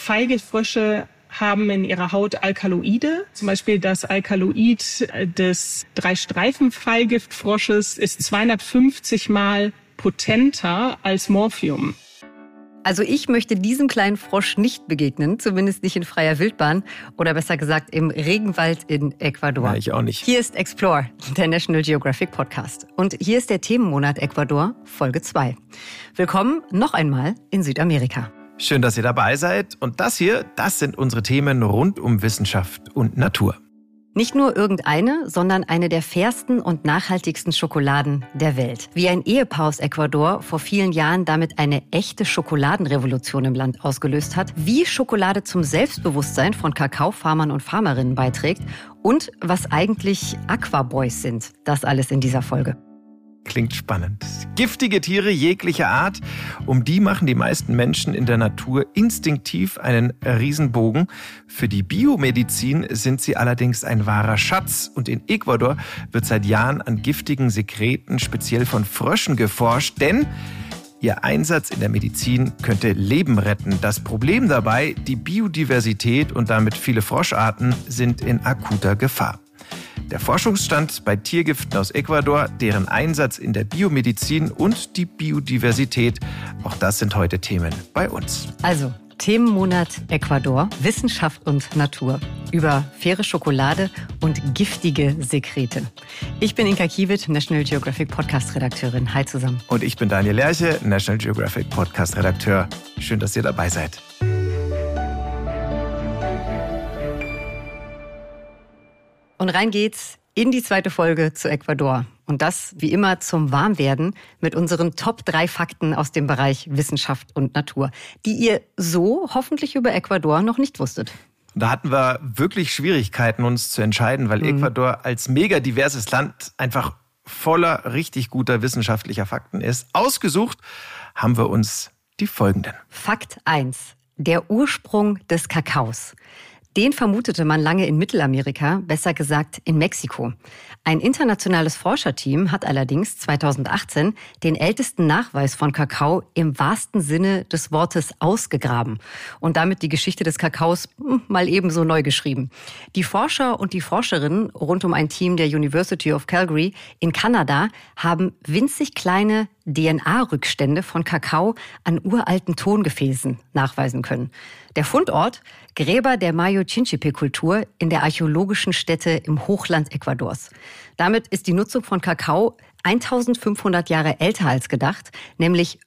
Pfeilgiftfrösche haben in ihrer Haut Alkaloide. Zum Beispiel das Alkaloid des Dreistreifen-Pfeilgiftfrosches ist 250 Mal potenter als Morphium. Also ich möchte diesem kleinen Frosch nicht begegnen, zumindest nicht in freier Wildbahn oder besser gesagt im Regenwald in Ecuador. Ja, ich auch nicht. Hier ist Explore, der National Geographic Podcast. Und hier ist der Themenmonat Ecuador, Folge 2. Willkommen noch einmal in Südamerika. Schön, dass ihr dabei seid. Und das sind unsere Themen rund um Wissenschaft und Natur. Nicht nur irgendeine, sondern eine der fairsten und nachhaltigsten Schokoladen der Welt. Wie ein Ehepaar aus Ecuador vor vielen Jahren damit eine echte Schokoladenrevolution im Land ausgelöst hat, wie Schokolade zum Selbstbewusstsein von Kakaofarmern und Farmerinnen beiträgt und was eigentlich Aquaboys sind. Das alles in dieser Folge. Klingt spannend. Giftige Tiere jeglicher Art, um die machen die meisten Menschen in der Natur instinktiv einen Riesenbogen. Für die Biomedizin sind sie allerdings ein wahrer Schatz. Und in Ecuador wird seit Jahren an giftigen Sekreten speziell von Fröschen geforscht, denn ihr Einsatz in der Medizin könnte Leben retten. Das Problem dabei, die Biodiversität und damit viele Froscharten sind in akuter Gefahr. Der Forschungsstand bei Tiergiften aus Ecuador, deren Einsatz in der Biomedizin und die Biodiversität, auch das sind heute Themen bei uns. Also, Themenmonat Ecuador, Wissenschaft und Natur. Über faire Schokolade und giftige Sekrete. Ich bin Inka Kiewit, National Geographic Podcast-Redakteurin. Hi zusammen. Und ich bin Daniel Lerche, National Geographic Podcast-Redakteur. Schön, dass ihr dabei seid. Und rein geht's in die zweite Folge zu Ecuador. Und das, wie immer, zum Warmwerden mit unseren Top 3 Fakten aus dem Bereich Wissenschaft und Natur, die ihr so hoffentlich über Ecuador noch nicht wusstet. Da hatten wir wirklich Schwierigkeiten, uns zu entscheiden, weil Ecuador als mega diverses Land einfach voller richtig guter wissenschaftlicher Fakten ist. Ausgesucht haben wir uns die folgenden. Fakt 1. Der Ursprung des Kakaos. Den vermutete man lange in Mittelamerika, besser gesagt in Mexiko. Ein internationales Forscherteam hat allerdings 2018 den ältesten Nachweis von Kakao im wahrsten Sinne des Wortes ausgegraben und damit die Geschichte des Kakaos mal ebenso neu geschrieben. Die Forscher und die Forscherinnen rund um ein Team der University of Calgary in Kanada haben winzig kleine DNA-Rückstände von Kakao an uralten Tongefäßen nachweisen können. Der Fundort: Gräber der Mayo-Chinchipe-Kultur in der archäologischen Stätte im Hochland Ecuadors. Damit ist die Nutzung von Kakao 1500 Jahre älter als gedacht, nämlich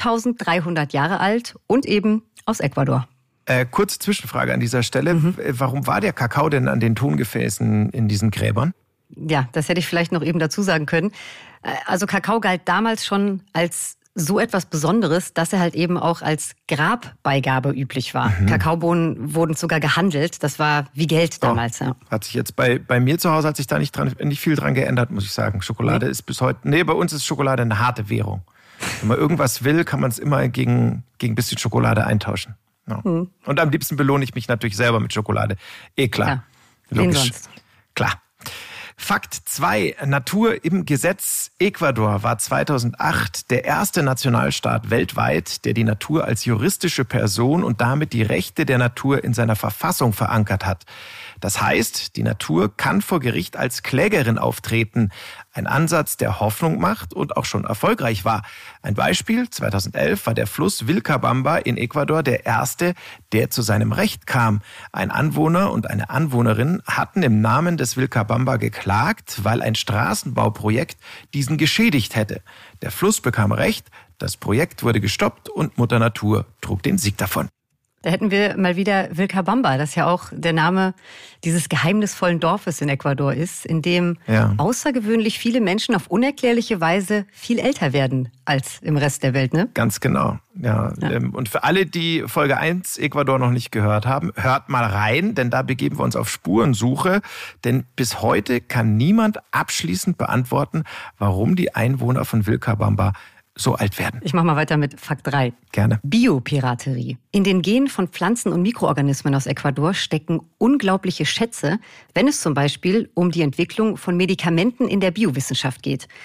5300 Jahre alt und eben aus Ecuador. Kurze Zwischenfrage an dieser Stelle. Warum war der Kakao denn an den Tongefäßen in diesen Gräbern? Ja, das hätte ich vielleicht noch eben dazu sagen können. Also Kakao galt damals schon als so etwas Besonderes, dass er halt eben auch als Grabbeigabe üblich war. Kakaobohnen wurden sogar gehandelt. Das war wie Geld damals. Ja. Hat sich jetzt bei mir zu Hause, hat sich da nicht viel dran geändert, muss ich sagen. Schokolade ist bis heute, bei uns ist Schokolade eine harte Währung. Wenn man irgendwas will, kann man es immer gegen ein bisschen Schokolade eintauschen. Ja. Und am liebsten belohne ich mich natürlich selber mit Schokolade. Klar. Ja, logisch. wen sonst? Klar. Fakt 2. Natur im Gesetz. Ecuador war 2008 der erste Nationalstaat weltweit, der die Natur als juristische Person und damit die Rechte der Natur in seiner Verfassung verankert hat. Das heißt, die Natur kann vor Gericht als Klägerin auftreten. Ein Ansatz, der Hoffnung macht und auch schon erfolgreich war. Ein Beispiel: 2011 war der Fluss Vilcabamba in Ecuador der erste, der zu seinem Recht kam. Ein Anwohner und eine Anwohnerin hatten im Namen des Vilcabamba geklagt, weil ein Straßenbauprojekt diesen geschädigt hätte. Der Fluss bekam Recht, das Projekt wurde gestoppt und Mutter Natur trug den Sieg davon. Da hätten wir mal wieder Vilcabamba, das ja auch der Name dieses geheimnisvollen Dorfes in Ecuador ist, in dem außergewöhnlich viele Menschen auf unerklärliche Weise viel älter werden als im Rest der Welt, ne? Ganz genau. Ja. Und für alle, die Folge 1 Ecuador noch nicht gehört haben, hört mal rein, denn da begeben wir uns auf Spurensuche. Denn bis heute kann niemand abschließend beantworten, warum die Einwohner von Vilcabamba so alt werden. Ich mache mal weiter mit Fakt 3. Gerne. Biopiraterie. In den Genen von Pflanzen und Mikroorganismen aus Ecuador stecken unglaubliche Schätze, wenn es zum Beispiel um die Entwicklung von Medikamenten in der Biowissenschaft geht.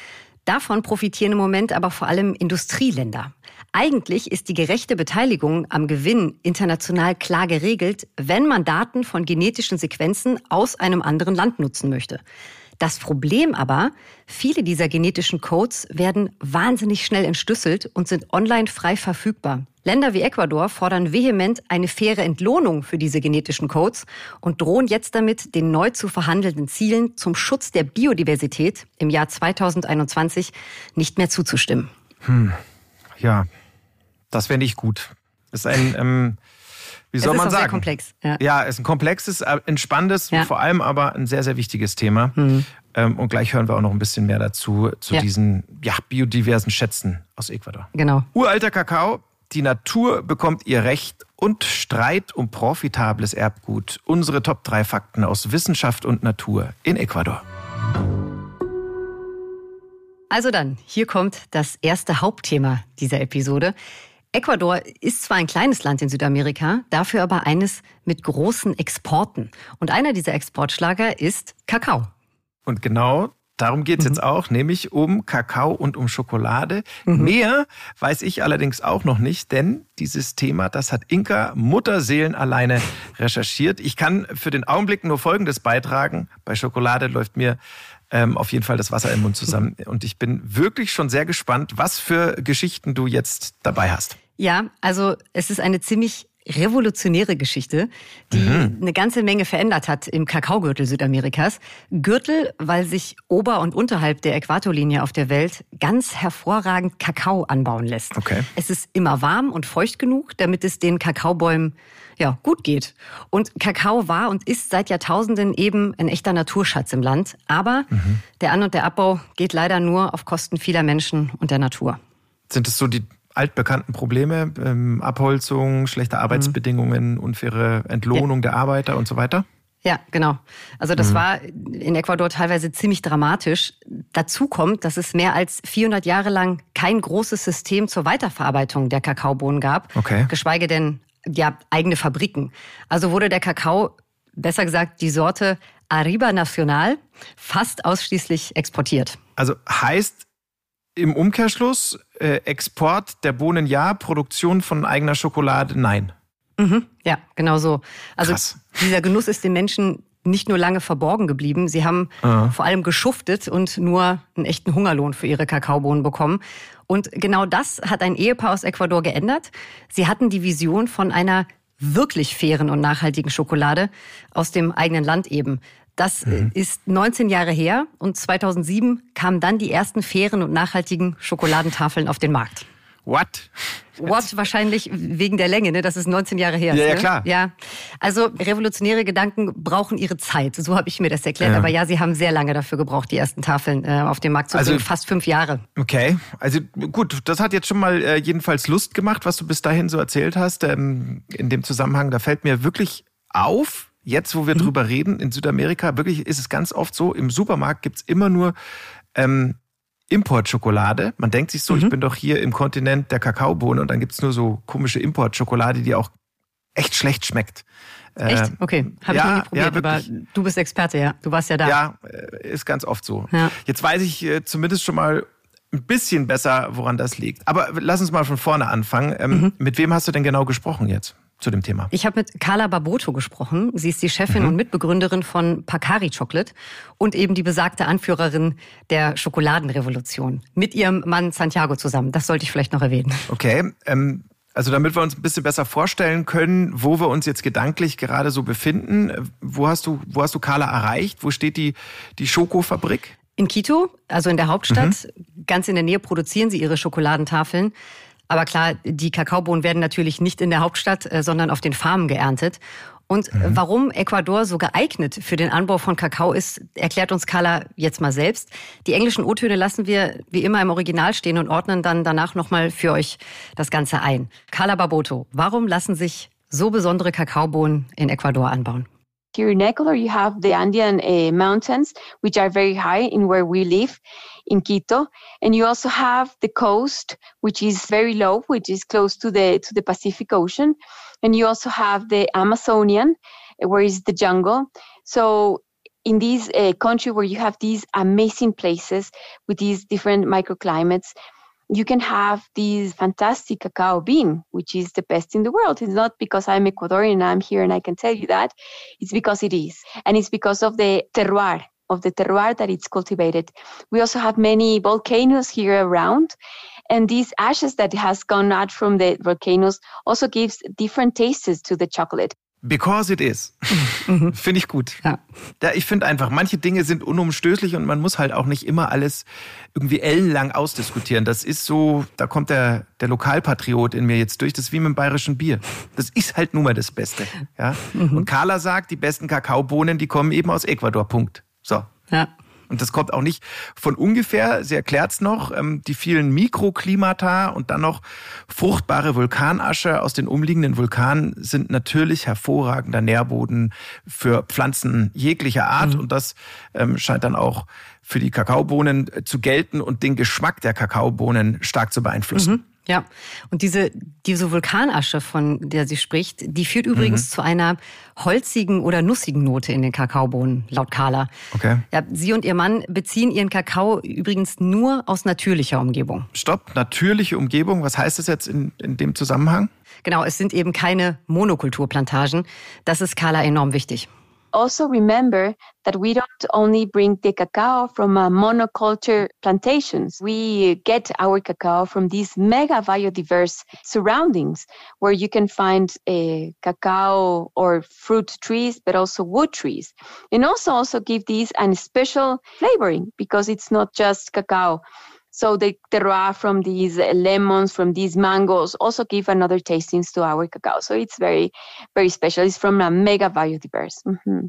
Davon profitieren im Moment aber vor allem Industrieländer. Eigentlich ist die gerechte Beteiligung am Gewinn international klar geregelt, wenn man Daten von genetischen Sequenzen aus einem anderen Land nutzen möchte. Das Problem aber, viele dieser genetischen Codes werden wahnsinnig schnell entschlüsselt und sind online frei verfügbar. Länder wie Ecuador fordern vehement eine faire Entlohnung für diese genetischen Codes und drohen jetzt damit, den neu zu verhandelnden Zielen zum Schutz der Biodiversität im Jahr 2021 nicht mehr zuzustimmen. Ja, das wäre nicht gut. Das ist ein, wie soll man sagen? Sehr komplex. Ja, es ist ein komplexes, ein spannendes, vor allem aber ein sehr, sehr wichtiges Thema. Und gleich hören wir auch noch ein bisschen mehr dazu, zu diesen biodiversen Schätzen aus Ecuador. Genau. Uralter Kakao, die Natur bekommt ihr Recht und Streit um profitables Erbgut. Unsere Top 3 Fakten aus Wissenschaft und Natur in Ecuador. Also dann, hier kommt das erste Hauptthema dieser Episode. Ecuador ist zwar ein kleines Land in Südamerika, dafür aber eines mit großen Exporten. Und einer dieser Exportschlager ist Kakao. Und genau darum geht es jetzt auch, nämlich um Kakao und um Schokolade. Mehr weiß ich allerdings auch noch nicht, denn dieses Thema, das hat Inka Mutterseelen alleine recherchiert. Ich kann für den Augenblick nur Folgendes beitragen. Bei Schokolade läuft mir auf jeden Fall das Wasser im Mund zusammen. Und ich bin wirklich schon sehr gespannt, was für Geschichten du jetzt dabei hast. Ja, also es ist eine ziemlich revolutionäre Geschichte, die eine ganze Menge verändert hat im Kakaogürtel Südamerikas. Gürtel, weil sich ober- und unterhalb der Äquatorlinie auf der Welt ganz hervorragend Kakao anbauen lässt. Okay. Es ist immer warm und feucht genug, damit es den Kakaobäumen gut geht. Und Kakao war und ist seit Jahrtausenden eben ein echter Naturschatz im Land. Aber der An- und der Abbau geht leider nur auf Kosten vieler Menschen und der Natur. Sind es so die altbekannten Probleme, Abholzung, schlechte Arbeitsbedingungen, unfaire Entlohnung der Arbeiter und so weiter? Ja, genau. Also das war in Ecuador teilweise ziemlich dramatisch. Dazu kommt, dass es mehr als 400 Jahre lang kein großes System zur Weiterverarbeitung der Kakaobohnen gab, geschweige denn eigene Fabriken. Also wurde der Kakao, besser gesagt die Sorte Arriba Nacional, fast ausschließlich exportiert. Also heißt im Umkehrschluss, Export der Bohnen ja, Produktion von eigener Schokolade nein. Ja, genau so. Also Krass. Dieser Genuss ist den Menschen nicht nur lange verborgen geblieben. Sie haben vor allem geschuftet und nur einen echten Hungerlohn für ihre Kakaobohnen bekommen. Und genau das hat ein Ehepaar aus Ecuador geändert. Sie hatten die Vision von einer wirklich fairen und nachhaltigen Schokolade aus dem eigenen Land eben. Das ist 19 Jahre her und 2007 kamen dann die ersten fairen und nachhaltigen Schokoladentafeln auf den Markt. What? Wahrscheinlich wegen der Länge, ne? Das ist 19 Jahre her. Ja, klar. Ja, also revolutionäre Gedanken brauchen ihre Zeit. So habe ich mir das erklärt. Aber sie haben sehr lange dafür gebraucht, die ersten Tafeln auf den Markt zu bringen. Fast 5 Jahre. Okay, also gut, das hat jetzt schon mal jedenfalls Lust gemacht, was du bis dahin so erzählt hast. In dem Zusammenhang, da fällt mir wirklich auf, jetzt, wo wir drüber reden, in Südamerika, wirklich ist es ganz oft so, im Supermarkt gibt's immer nur Importschokolade. Man denkt sich so, ich bin doch hier im Kontinent der Kakaobohnen und dann gibt's nur so komische Importschokolade, die auch echt schlecht schmeckt. Echt? Okay, habe ich noch nie probiert, aber du bist Experte, ja. Du warst ja da. Ja, ist ganz oft so. Ja. Jetzt weiß ich zumindest schon mal ein bisschen besser, woran das liegt. Aber lass uns mal von vorne anfangen. Mit wem hast du denn genau gesprochen jetzt zu dem Thema? Ich habe mit Carla Barboto gesprochen. Sie ist die Chefin und Mitbegründerin von Pacari Chocolate und eben die besagte Anführerin der Schokoladenrevolution. Mit ihrem Mann Santiago zusammen. Das sollte ich vielleicht noch erwähnen. Okay, also damit wir uns ein bisschen besser vorstellen können, wo wir uns jetzt gedanklich gerade so befinden. Wo hast du Carla erreicht? Wo steht die Schokofabrik? In Quito, also in der Hauptstadt. Ganz in der Nähe produzieren sie ihre Schokoladentafeln. Aber klar, die Kakaobohnen werden natürlich nicht in der Hauptstadt, sondern auf den Farmen geerntet. Und warum Ecuador so geeignet für den Anbau von Kakao ist, erklärt uns Carla jetzt mal selbst. Die englischen O-Töne lassen wir wie immer im Original stehen und ordnen dann danach nochmal für euch das Ganze ein. Carla Barboto, warum lassen sich so besondere Kakaobohnen in Ecuador anbauen? Here in Ecuador, you have the Andean mountains, which are very high in where we live, in Quito. And you also have the coast, which is very low, which is close to the Pacific Ocean. And you also have the Amazonian, where is the jungle. So in this country where you have these amazing places with these different microclimates, you can have this fantastic cacao bean, which is the best in the world. It's not because I'm Ecuadorian and I'm here and I can tell you that. It's because it is. And it's because of the terroir that it's cultivated. We also have many volcanoes here around. And these ashes that has gone out from the volcanoes also gives different tastes to the chocolate. Because it is. Finde ich gut. Ja. Ich finde einfach, manche Dinge sind unumstößlich und man muss halt auch nicht immer alles irgendwie ellenlang ausdiskutieren. Das ist so, da kommt der Lokalpatriot in mir jetzt durch, das ist wie mit dem bayerischen Bier. Das ist halt nun mal das Beste. Ja? Und Carla sagt, die besten Kakaobohnen, die kommen eben aus Ecuador, Punkt. So. Ja. Und das kommt auch nicht von ungefähr, sie erklärt es noch, die vielen Mikroklimata und dann noch fruchtbare Vulkanasche aus den umliegenden Vulkanen sind natürlich hervorragender Nährboden für Pflanzen jeglicher Art. Und das scheint dann auch für die Kakaobohnen zu gelten und den Geschmack der Kakaobohnen stark zu beeinflussen. Ja, und diese Vulkanasche, von der sie spricht, die führt übrigens zu einer holzigen oder nussigen Note in den Kakaobohnen, laut Carla. Okay. Ja, sie und ihr Mann beziehen ihren Kakao übrigens nur aus natürlicher Umgebung. Stopp, natürliche Umgebung, was heißt das jetzt in dem Zusammenhang? Genau, es sind eben keine Monokulturplantagen. Das ist Carla enorm wichtig. Also remember that we don't only bring the cacao from monoculture plantations. We get our cacao from these mega biodiverse surroundings where you can find cacao or fruit trees, but also wood trees. And also give these a special flavoring because it's not just cacao. So the terroir from these lemons, from these mangoes also give another tastings to our cacao. So it's very, very special. It's from a mega biodiverse.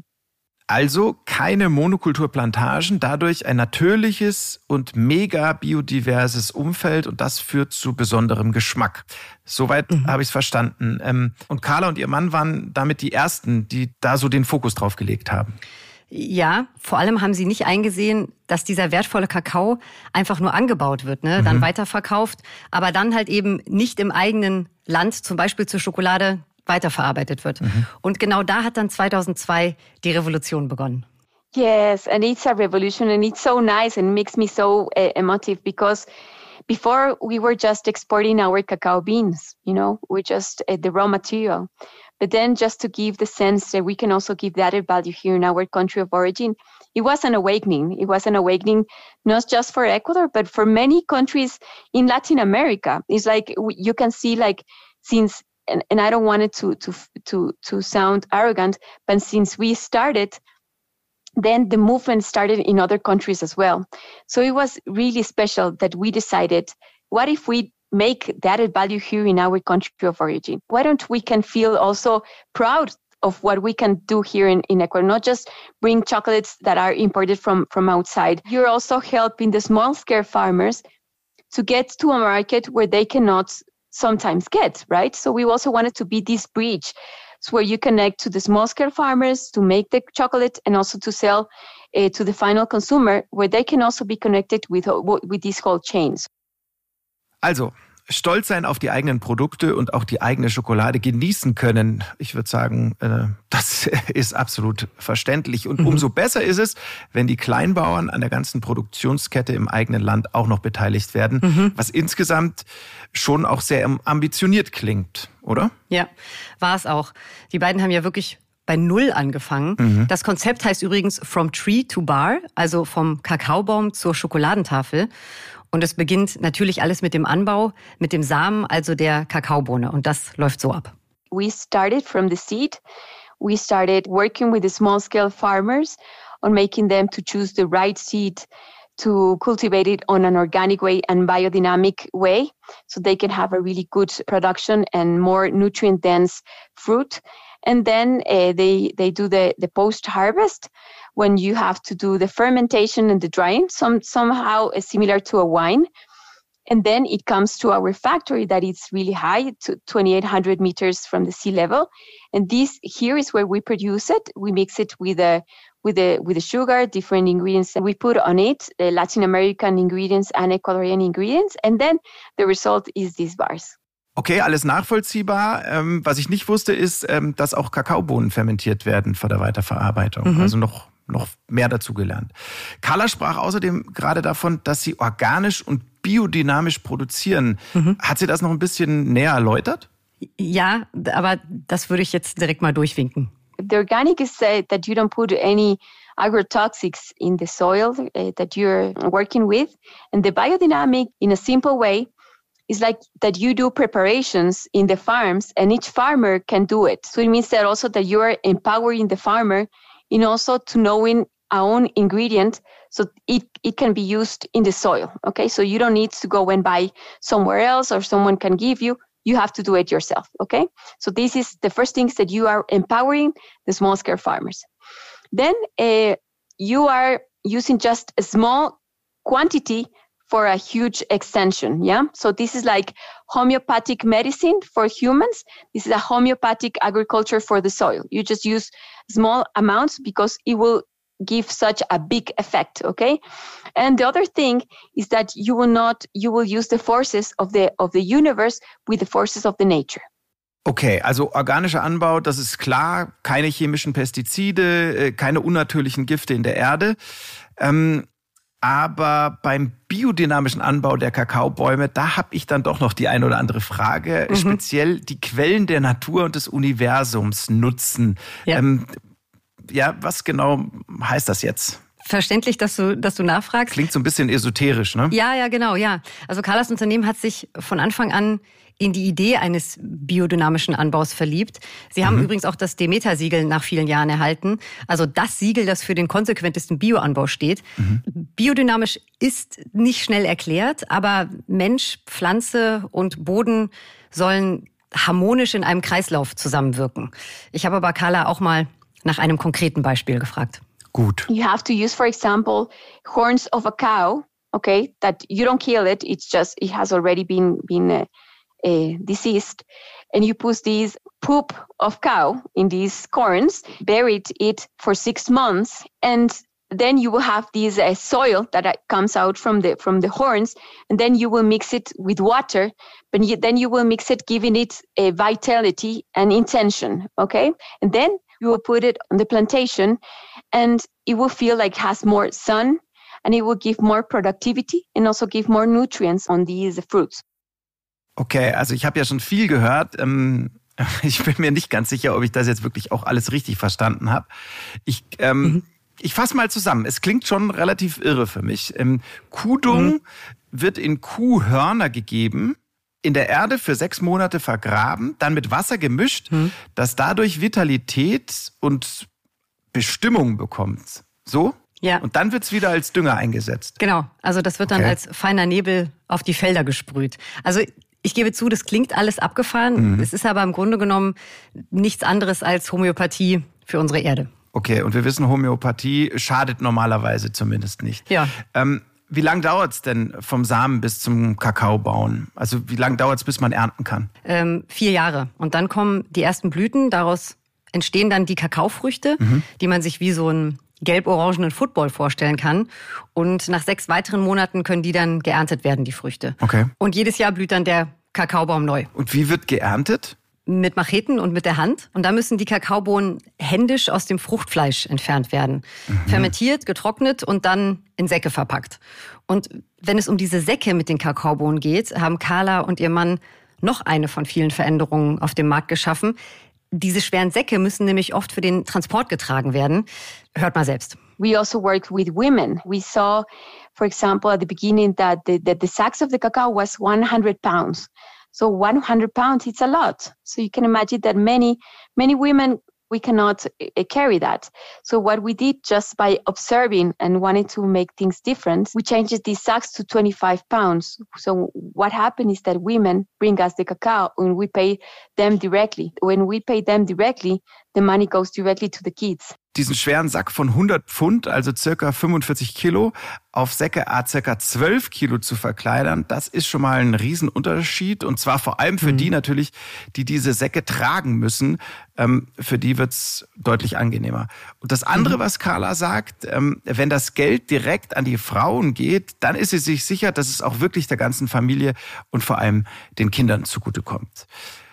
Also keine Monokulturplantagen, dadurch ein natürliches und mega biodiverses Umfeld und das führt zu besonderem Geschmack. Soweit habe ich es verstanden. Und Carla und ihr Mann waren damit die Ersten, die da so den Fokus drauf gelegt haben. Ja, vor allem haben sie nicht eingesehen, dass dieser wertvolle Kakao einfach nur angebaut wird, ne, dann weiterverkauft, aber dann halt eben nicht im eigenen Land, zum Beispiel zur Schokolade, weiterverarbeitet wird. Und genau da hat dann 2002 die Revolution begonnen. Yes, and it's a revolution and it's so nice and makes me so emotive because before we were just exporting our cacao beans, we're just the raw material. But then just to give the sense that we can also give the added value here in our country of origin, it was an awakening. It was an awakening not just for Ecuador, but for many countries in Latin America. It's like you can see since, and I don't want it to sound arrogant, but since we started, then the movement started in other countries as well. So it was really special that we decided, what if we make the added value here in our country of origin? Why don't we can feel also proud of what we can do here in Ecuador, not just bring chocolates that are imported from outside. You're also helping the small-scale farmers to get to a market where they cannot sometimes get, right? So we also wanted to be this bridge where you connect to the small-scale farmers to make the chocolate and also to sell to the final consumer, where they can also be connected with these whole chains. Also, stolz sein auf die eigenen Produkte und auch die eigene Schokolade genießen können. Ich würde sagen, das ist absolut verständlich. Und umso besser ist es, wenn die Kleinbauern an der ganzen Produktionskette im eigenen Land auch noch beteiligt werden, was insgesamt schon auch sehr ambitioniert klingt, oder? Ja, war es auch. Die beiden haben ja wirklich bei Null angefangen. Das Konzept heißt übrigens From Tree to Bar, also vom Kakaobaum zur Schokoladentafel. Und es beginnt natürlich alles mit dem Anbau, mit dem Samen, also der Kakaobohne. Und das läuft so ab. We started from the seed. We started working with the small-scale farmers on making them to choose the right seed to cultivate it on an organic way and biodynamic way so they can have a really good production and more nutrient-dense fruit. And then they do the post-harvest when you have to do the fermentation and the drying, somehow similar to a wine. And then it comes to our factory that is really high, to 2,800 meters from the sea level. And this here is where we produce it. We mix it with the sugar, different ingredients that we put on it, the Latin American ingredients and Ecuadorian ingredients. And then the result is these bars. Okay, alles nachvollziehbar. Was ich nicht wusste, ist, dass auch Kakaobohnen fermentiert werden vor der Weiterverarbeitung. Also noch noch mehr dazu gelernt. Carla sprach außerdem gerade davon, dass Sie organisch und biodynamisch produzieren. Hat sie das noch ein bisschen näher erläutert? Ja, aber das würde ich jetzt direkt mal durchwinken. The organic is that you don't put any agrotoxics in the soil that you're working with. And the biodynamic, in a simple way, is like that you do preparations in the farms and each farmer can do it. So it means that also that you are empowering the farmer in also to knowing our own ingredient so it can be used in the soil. Okay, so you don't need to go and buy somewhere else or someone can give you. You have to do it yourself. Okay, so this is the first things that you are empowering the small scale farmers. Then you are using just a small quantity for a huge extension, yeah? So this is like homeopathic medicine for humans. This is a homeopathic agriculture for the soil. You just use small amounts because it will give such a big effect, okay? And the other thing is that you will use the forces of the universe with the forces of the nature. Okay, also organischer Anbau, das ist klar, keine chemischen Pestizide, keine unnatürlichen Gifte in der Erde. Aber beim biodynamischen Anbau der Kakaobäume, da habe ich dann doch noch die ein oder andere Frage. Speziell die Quellen der Natur und des Universums nutzen. Ja, was genau heißt das jetzt? Verständlich, dass du nachfragst. Klingt so ein bisschen esoterisch, ne? Ja, genau, ja. Also Carlas Unternehmen hat sich von Anfang an in die Idee eines biodynamischen Anbaus verliebt. Sie haben übrigens auch das Demeter-Siegel nach vielen Jahren erhalten. Also das Siegel, das für den konsequentesten Bioanbau steht. Biodynamisch ist nicht schnell erklärt, aber Mensch, Pflanze und Boden sollen harmonisch in einem Kreislauf zusammenwirken. Ich habe aber Carla auch mal nach einem konkreten Beispiel gefragt. Gut. You have to use, for example, horns of a cow, okay, that you don't kill it. It's just, it has already been deceased. And you put this poop of cow in these corns, buried it for 6 months. And then you will have this soil that comes out from the horns. And then you will mix it with water. But then you will mix it, giving it a vitality and intention, okay? And then you will put it on the plantation and it will feel like it has more sun and it will give more productivity and also give more nutrients on these fruits. Okay, also ich habe ja schon viel gehört. Ich bin mir nicht ganz sicher, ob ich das jetzt wirklich auch alles richtig verstanden habe. Ich fasse mal zusammen. Es klingt schon relativ irre für mich. Kuhdung wird in Kuhhörner gegeben, in der Erde für 6 Monate vergraben, dann mit Wasser gemischt, das dadurch Vitalität und Bestimmung bekommt. So? Ja. Und dann wird's wieder als Dünger eingesetzt. Genau, also das wird dann als feiner Nebel auf die Felder gesprüht. Also ich gebe zu, das klingt alles abgefahren. Es ist aber im Grunde genommen nichts anderes als Homöopathie für unsere Erde. Okay, und wir wissen, Homöopathie schadet normalerweise zumindest nicht. Ja. Wie lange dauert's denn vom Samen bis zum Kakaobauen? Also wie lange dauert's, bis man ernten kann? 4 Jahre. Und dann kommen die ersten Blüten. Daraus entstehen dann die Kakaofrüchte, die man sich wie so einen gelb-orangenen Football vorstellen kann. Und nach 6 weiteren Monaten können die dann geerntet werden, die Früchte. Okay. Und jedes Jahr blüht dann der Kakaobaum neu. Und wie wird geerntet? Mit Macheten und mit der Hand. Und da müssen die Kakaobohnen händisch aus dem Fruchtfleisch entfernt werden. Fermentiert, getrocknet und dann in Säcke verpackt. Und wenn es um diese Säcke mit den Kakaobohnen geht, haben Carla und ihr Mann noch eine von vielen Veränderungen auf dem Markt geschaffen. Diese schweren Säcke müssen nämlich oft für den Transport getragen werden. Hört mal selbst. We also work with women. We saw, for example, at the beginning that the sacks of the cacao was 100 pounds. So 100 pounds, it's a lot. So you can imagine that many women, we cannot carry that. So what we did, just by observing and wanting to make things different, we changed these sacks to 25 pounds. So what happened is that women bring us the cacao and we pay them directly. When we pay them directly, the money goes directly to the kids. Diesen schweren Sack von 100 Pfund, also circa 45 Kilo, auf Säcke circa 12 Kilo zu verkleinern, das ist schon mal ein Riesenunterschied. Und zwar vor allem für die natürlich, die diese Säcke tragen müssen. Für die wird's deutlich angenehmer. Und das andere, was Carla sagt, wenn das Geld direkt an die Frauen geht, dann ist sie sich sicher, dass es auch wirklich der ganzen Familie und vor allem den Kindern zugutekommt.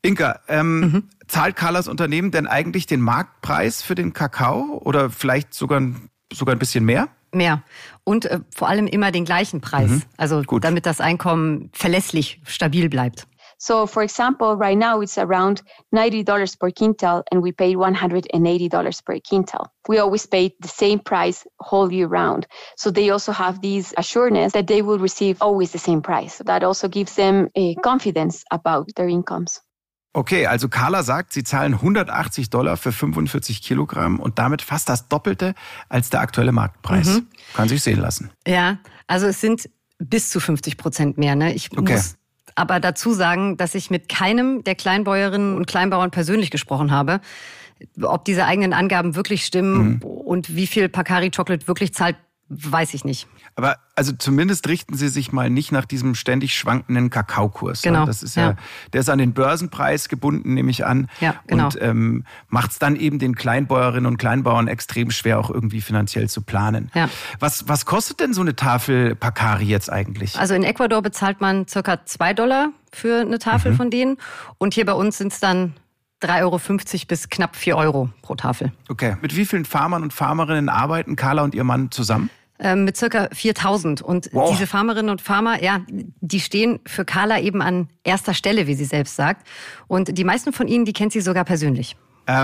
Inka, zahlt Carlas Unternehmen denn eigentlich den Marktpreis für den Kakao oder vielleicht sogar ein bisschen mehr? Mehr. Und vor allem immer den gleichen Preis. Also Gut. damit das Einkommen verlässlich, stabil bleibt. So, for example, right now it's around $90 per quintal and we pay $180 per quintal. We always pay the same price whole year round. So they also have this assurance that they will receive always the same price. That also gives them confidence about their incomes. Okay, also Carla sagt, sie zahlen $180 für 45 Kilogramm und damit fast das Doppelte als der aktuelle Marktpreis. Kann sich sehen lassen. Ja, also es sind bis zu 50% mehr. Ne? Ich muss aber dazu sagen, dass ich mit keinem der Kleinbäuerinnen und Kleinbauern persönlich gesprochen habe. Ob diese eigenen Angaben wirklich stimmen und wie viel Pacari Chocolate wirklich zahlt, weiß ich nicht. Aber also zumindest richten Sie sich mal nicht nach diesem ständig schwankenden Kakaokurs. Genau. Das ist der ist an den Börsenpreis gebunden, nehme ich an. Ja, genau. Und macht es dann eben den Kleinbäuerinnen und Kleinbauern extrem schwer, auch irgendwie finanziell zu planen. Ja. Was kostet denn so eine Tafel Pacari jetzt eigentlich? Also in Ecuador bezahlt man ca. $2 für eine Tafel von denen. Und hier bei uns sind es dann 3,50 € bis knapp 4 € pro Tafel. Okay. Mit wie vielen Farmern und Farmerinnen arbeiten Carla und ihr Mann zusammen? Mit ca. 4.000. Und diese Farmerinnen und Farmer, die stehen für Carla eben an erster Stelle, wie sie selbst sagt. Und die meisten von ihnen, die kennt sie sogar persönlich.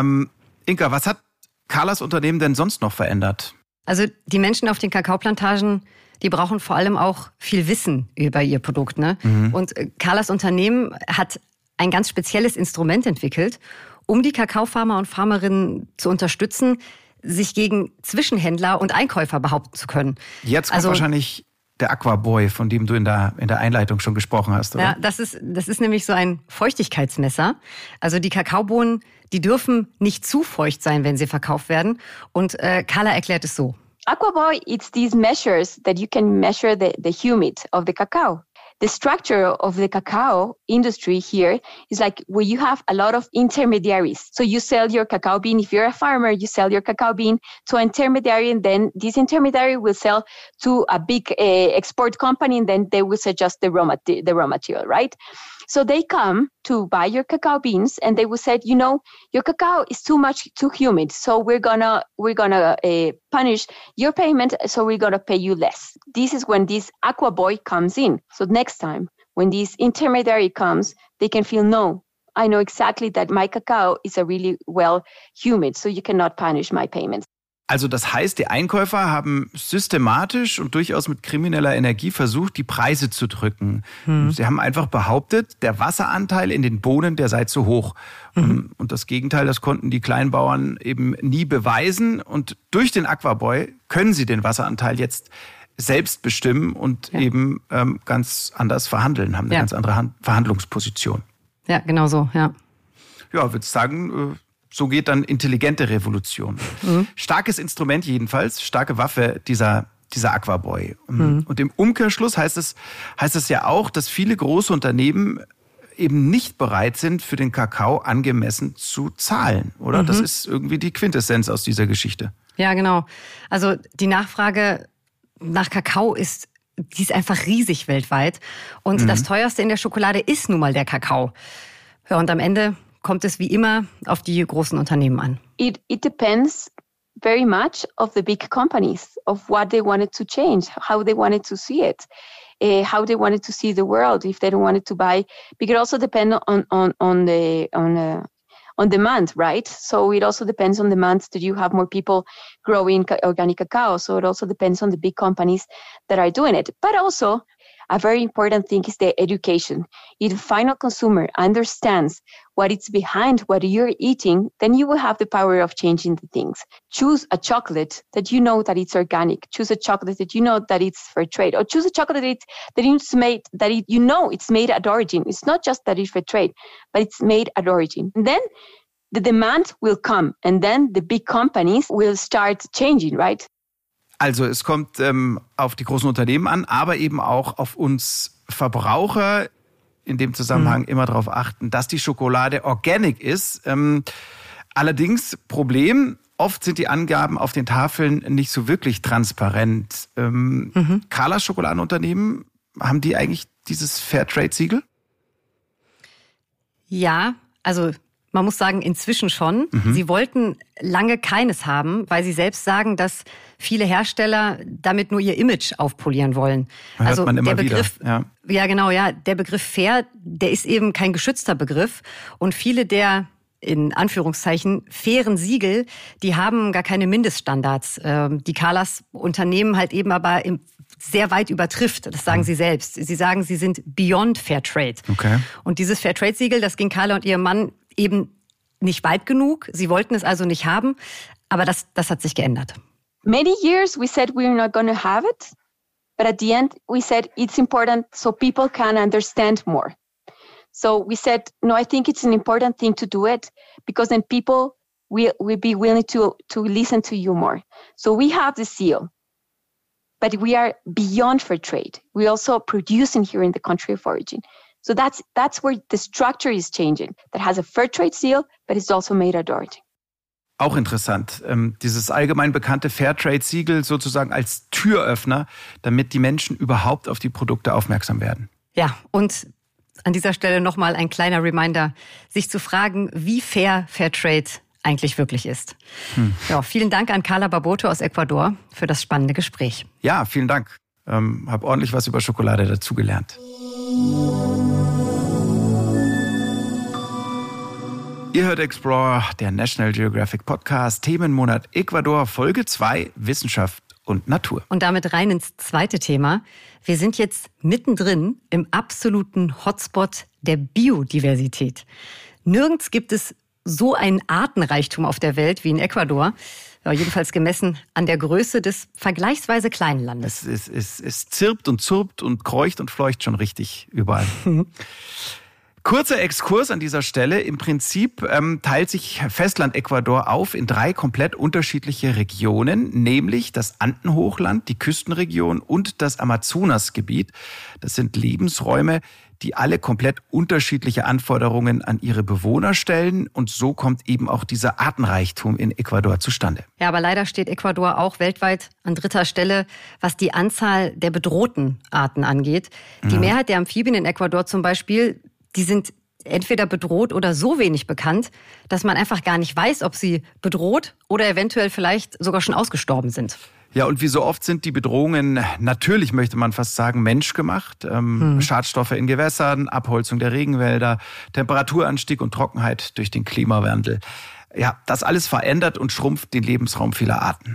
Inka, was hat Carlas Unternehmen denn sonst noch verändert? Also die Menschen auf den Kakaoplantagen, die brauchen vor allem auch viel Wissen über ihr Produkt. Ne? Und Carlas Unternehmen hat ein ganz spezielles Instrument entwickelt, um die Kakaofarmer und Farmerinnen zu unterstützen, sich gegen Zwischenhändler und Einkäufer behaupten zu können. Jetzt kommt wahrscheinlich der Aquaboy, von dem du in der Einleitung schon gesprochen hast, oder? Ja, das ist nämlich so ein Feuchtigkeitsmesser. Also die Kakaobohnen, die dürfen nicht zu feucht sein, wenn sie verkauft werden. Und Carla erklärt es so. Aquaboy, it's these measures that you can measure the humid of the cacao. The structure of the cacao industry here is like where you have a lot of intermediaries. So you sell your cacao bean. If you're a farmer, you sell your cacao bean to an intermediary, and then this intermediary will sell to a big export company, and then they will suggest the raw material, right? So they come to buy your cacao beans, and they will say, your cacao is too humid. So we're gonna punish your payment. So we're gonna pay you less. This is when this Aquaboy comes in. So next time, when this intermediary comes, they can feel, no, I know exactly that my cacao is a really well humid. So you cannot punish my payments. Also das heißt, die Einkäufer haben systematisch und durchaus mit krimineller Energie versucht, die Preise zu drücken. Sie haben einfach behauptet, der Wasseranteil in den Bohnen, der sei zu hoch. Und das Gegenteil, das konnten die Kleinbauern eben nie beweisen. Und durch den Aquaboy können sie den Wasseranteil jetzt selbst bestimmen und eben ganz anders verhandeln, haben eine ganz andere Verhandlungsposition. Ja, genau so, ja. Ja, würde ich sagen, so geht dann intelligente Revolution. Starkes Instrument jedenfalls, starke Waffe dieser Aquaboy. Und im Umkehrschluss heißt es ja auch, dass viele große Unternehmen eben nicht bereit sind, für den Kakao angemessen zu zahlen, oder? Das ist irgendwie die Quintessenz aus dieser Geschichte. Ja, genau. Also die Nachfrage nach Kakao ist einfach riesig weltweit. Und das teuerste in der Schokolade ist nun mal der Kakao. Ja, und am Ende kommt es wie immer auf die großen Unternehmen an? It depends very much of the big companies, of what they wanted to change, how they wanted to see it, how they wanted to see the world, if they don't wanted to buy. Because it also depends on demand, right? So it also depends on demand that you have more people growing organic cacao. So it also depends on the big companies that are doing it. But also, a very important thing is the education. If the final consumer understands what is behind what you're eating, then you will have the power of changing the things. Choose a chocolate that you know that it's organic. Choose a chocolate that you know that it's fair trade. Or choose a chocolate you know it's made at origin. It's not just that it's fair trade, but it's made at origin. And then the demand will come, and then the big companies will start changing, right? Also es kommt auf die großen Unternehmen an, aber eben auch auf uns Verbraucher. In dem Zusammenhang immer darauf achten, dass die Schokolade organic ist. Allerdings Problem, oft sind die Angaben auf den Tafeln nicht so wirklich transparent. Carlas Schokoladenunternehmen, haben die eigentlich dieses Fairtrade-Siegel? Ja, Also man muss sagen, inzwischen schon. Sie wollten lange keines haben, weil sie selbst sagen, dass viele Hersteller damit nur ihr Image aufpolieren wollen. Hört man immer der Begriff, wieder. Ja, genau, ja. Der Begriff fair, der ist eben kein geschützter Begriff. Und viele der, in Anführungszeichen, fairen Siegel, die haben gar keine Mindeststandards. Die Carlas Unternehmen halt eben aber sehr weit übertrifft. Das sagen sie selbst. Sie sagen, sie sind beyond Fair Trade. Okay. Und dieses Fair Trade Siegel, das ging Carla und ihr Mann eben nicht weit genug. Sie wollten es also nicht haben. Aber das hat sich geändert. Many years we said we're not going to have it. But at the end, we said it's important so people can understand more. So we said, no, I think it's an important thing to do it because then people will be willing to listen to you more. So we have the seal, but we are beyond fair trade. We also producing here in the country of origin. So that's where the structure is changing. That has a fair trade seal, but it's also made at origin. Auch interessant, dieses allgemein bekannte Fairtrade-Siegel sozusagen als Türöffner, damit die Menschen überhaupt auf die Produkte aufmerksam werden. Ja, und an dieser Stelle nochmal ein kleiner Reminder, sich zu fragen, wie fair Fairtrade eigentlich wirklich ist. Ja, vielen Dank an Carla Barboto aus Ecuador für das spannende Gespräch. Ja, vielen Dank. Hab ordentlich was über Schokolade dazugelernt. Ihr hört Explorer, der National Geographic Podcast, Themenmonat Ecuador, Folge 2, Wissenschaft und Natur. Und damit rein ins zweite Thema. Wir sind jetzt mittendrin im absoluten Hotspot der Biodiversität. Nirgends gibt es so einen Artenreichtum auf der Welt wie in Ecuador. Ja, jedenfalls gemessen an der Größe des vergleichsweise kleinen Landes. Es zirpt und zurbt und kreucht und fleucht schon richtig überall. Kurzer Exkurs an dieser Stelle. Im Prinzip teilt sich Festland Ecuador auf in 3 komplett unterschiedliche Regionen, nämlich das Andenhochland, die Küstenregion und das Amazonasgebiet. Das sind Lebensräume, die alle komplett unterschiedliche Anforderungen an ihre Bewohner stellen. Und so kommt eben auch dieser Artenreichtum in Ecuador zustande. Ja, aber leider steht Ecuador auch weltweit an 3. Stelle, was die Anzahl der bedrohten Arten angeht. Die Mehrheit der Amphibien in Ecuador zum Beispiel, die sind entweder bedroht oder so wenig bekannt, dass man einfach gar nicht weiß, ob sie bedroht oder eventuell vielleicht sogar schon ausgestorben sind. Ja, und wie so oft sind die Bedrohungen, natürlich möchte man fast sagen, menschgemacht. Schadstoffe in Gewässern, Abholzung der Regenwälder, Temperaturanstieg und Trockenheit durch den Klimawandel. Ja, das alles verändert und schrumpft den Lebensraum vieler Arten.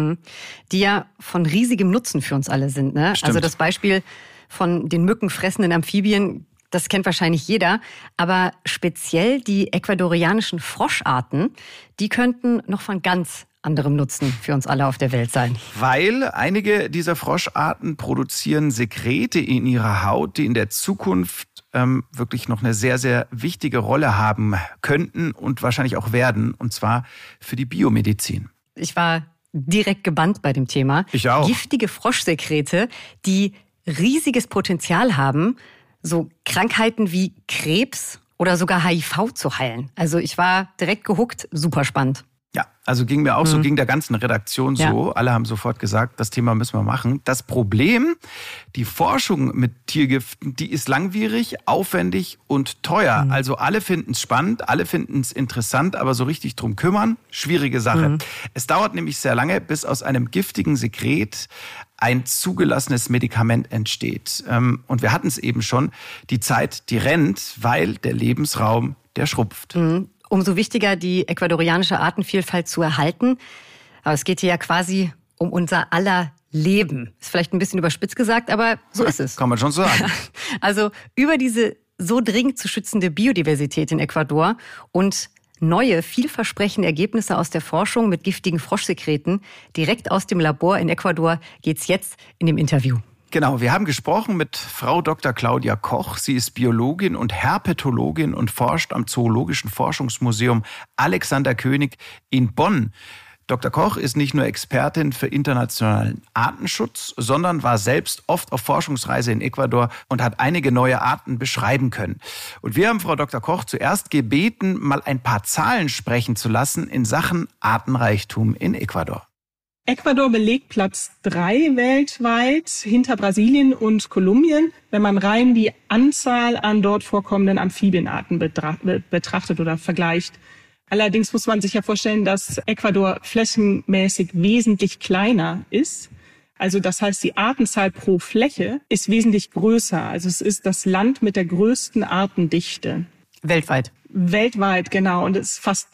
Die ja von riesigem Nutzen für uns alle sind, ne? Stimmt. Also das Beispiel von den mückenfressenden Amphibien, das kennt wahrscheinlich jeder, aber speziell die ecuadorianischen Froscharten, die könnten noch von ganz anderem Nutzen für uns alle auf der Welt sein. Weil einige dieser Froscharten produzieren Sekrete in ihrer Haut, die in der Zukunft wirklich noch eine sehr, sehr wichtige Rolle haben könnten und wahrscheinlich auch werden, und zwar für die Biomedizin. Ich war direkt gebannt bei dem Thema. Ich auch. Giftige Froschsekrete, die riesiges Potenzial haben, so Krankheiten wie Krebs oder sogar HIV zu heilen. Also ich war direkt gehuckt, super spannend. Ja, also ging mir auch so, ging der ganzen Redaktion so. Ja. Alle haben sofort gesagt, das Thema müssen wir machen. Das Problem, die Forschung mit Tiergiften, die ist langwierig, aufwendig und teuer. Also alle finden es spannend, alle finden es interessant, aber so richtig drum kümmern, schwierige Sache. Es dauert nämlich sehr lange, bis aus einem giftigen Sekret ein zugelassenes Medikament entsteht. Und wir hatten es eben schon, die Zeit, die rennt, weil der Lebensraum, der schrumpft. Umso wichtiger, die ecuadorianische Artenvielfalt zu erhalten. Aber es geht hier ja quasi um unser aller Leben. Ist vielleicht ein bisschen überspitzt gesagt, aber so ist es. Kann man schon sagen. Also über diese so dringend zu schützende Biodiversität in Ecuador und neue, vielversprechende Ergebnisse aus der Forschung mit giftigen Froschsekreten direkt aus dem Labor in Ecuador geht's jetzt in dem Interview. Genau, wir haben gesprochen mit Frau Dr. Claudia Koch. Sie ist Biologin und Herpetologin und forscht am Zoologischen Forschungsmuseum Alexander König in Bonn. Dr. Koch ist nicht nur Expertin für internationalen Artenschutz, sondern war selbst oft auf Forschungsreise in Ecuador und hat einige neue Arten beschreiben können. Und wir haben Frau Dr. Koch zuerst gebeten, mal ein paar Zahlen sprechen zu lassen in Sachen Artenreichtum in Ecuador. Ecuador belegt Platz 3 weltweit hinter Brasilien und Kolumbien, wenn man rein die Anzahl an dort vorkommenden Amphibienarten betrachtet oder vergleicht. Allerdings muss man sich ja vorstellen, dass Ecuador flächenmäßig wesentlich kleiner ist. Also das heißt, die Artenzahl pro Fläche ist wesentlich größer. Also es ist das Land mit der größten Artendichte. Weltweit. Weltweit, genau. Und es ist fast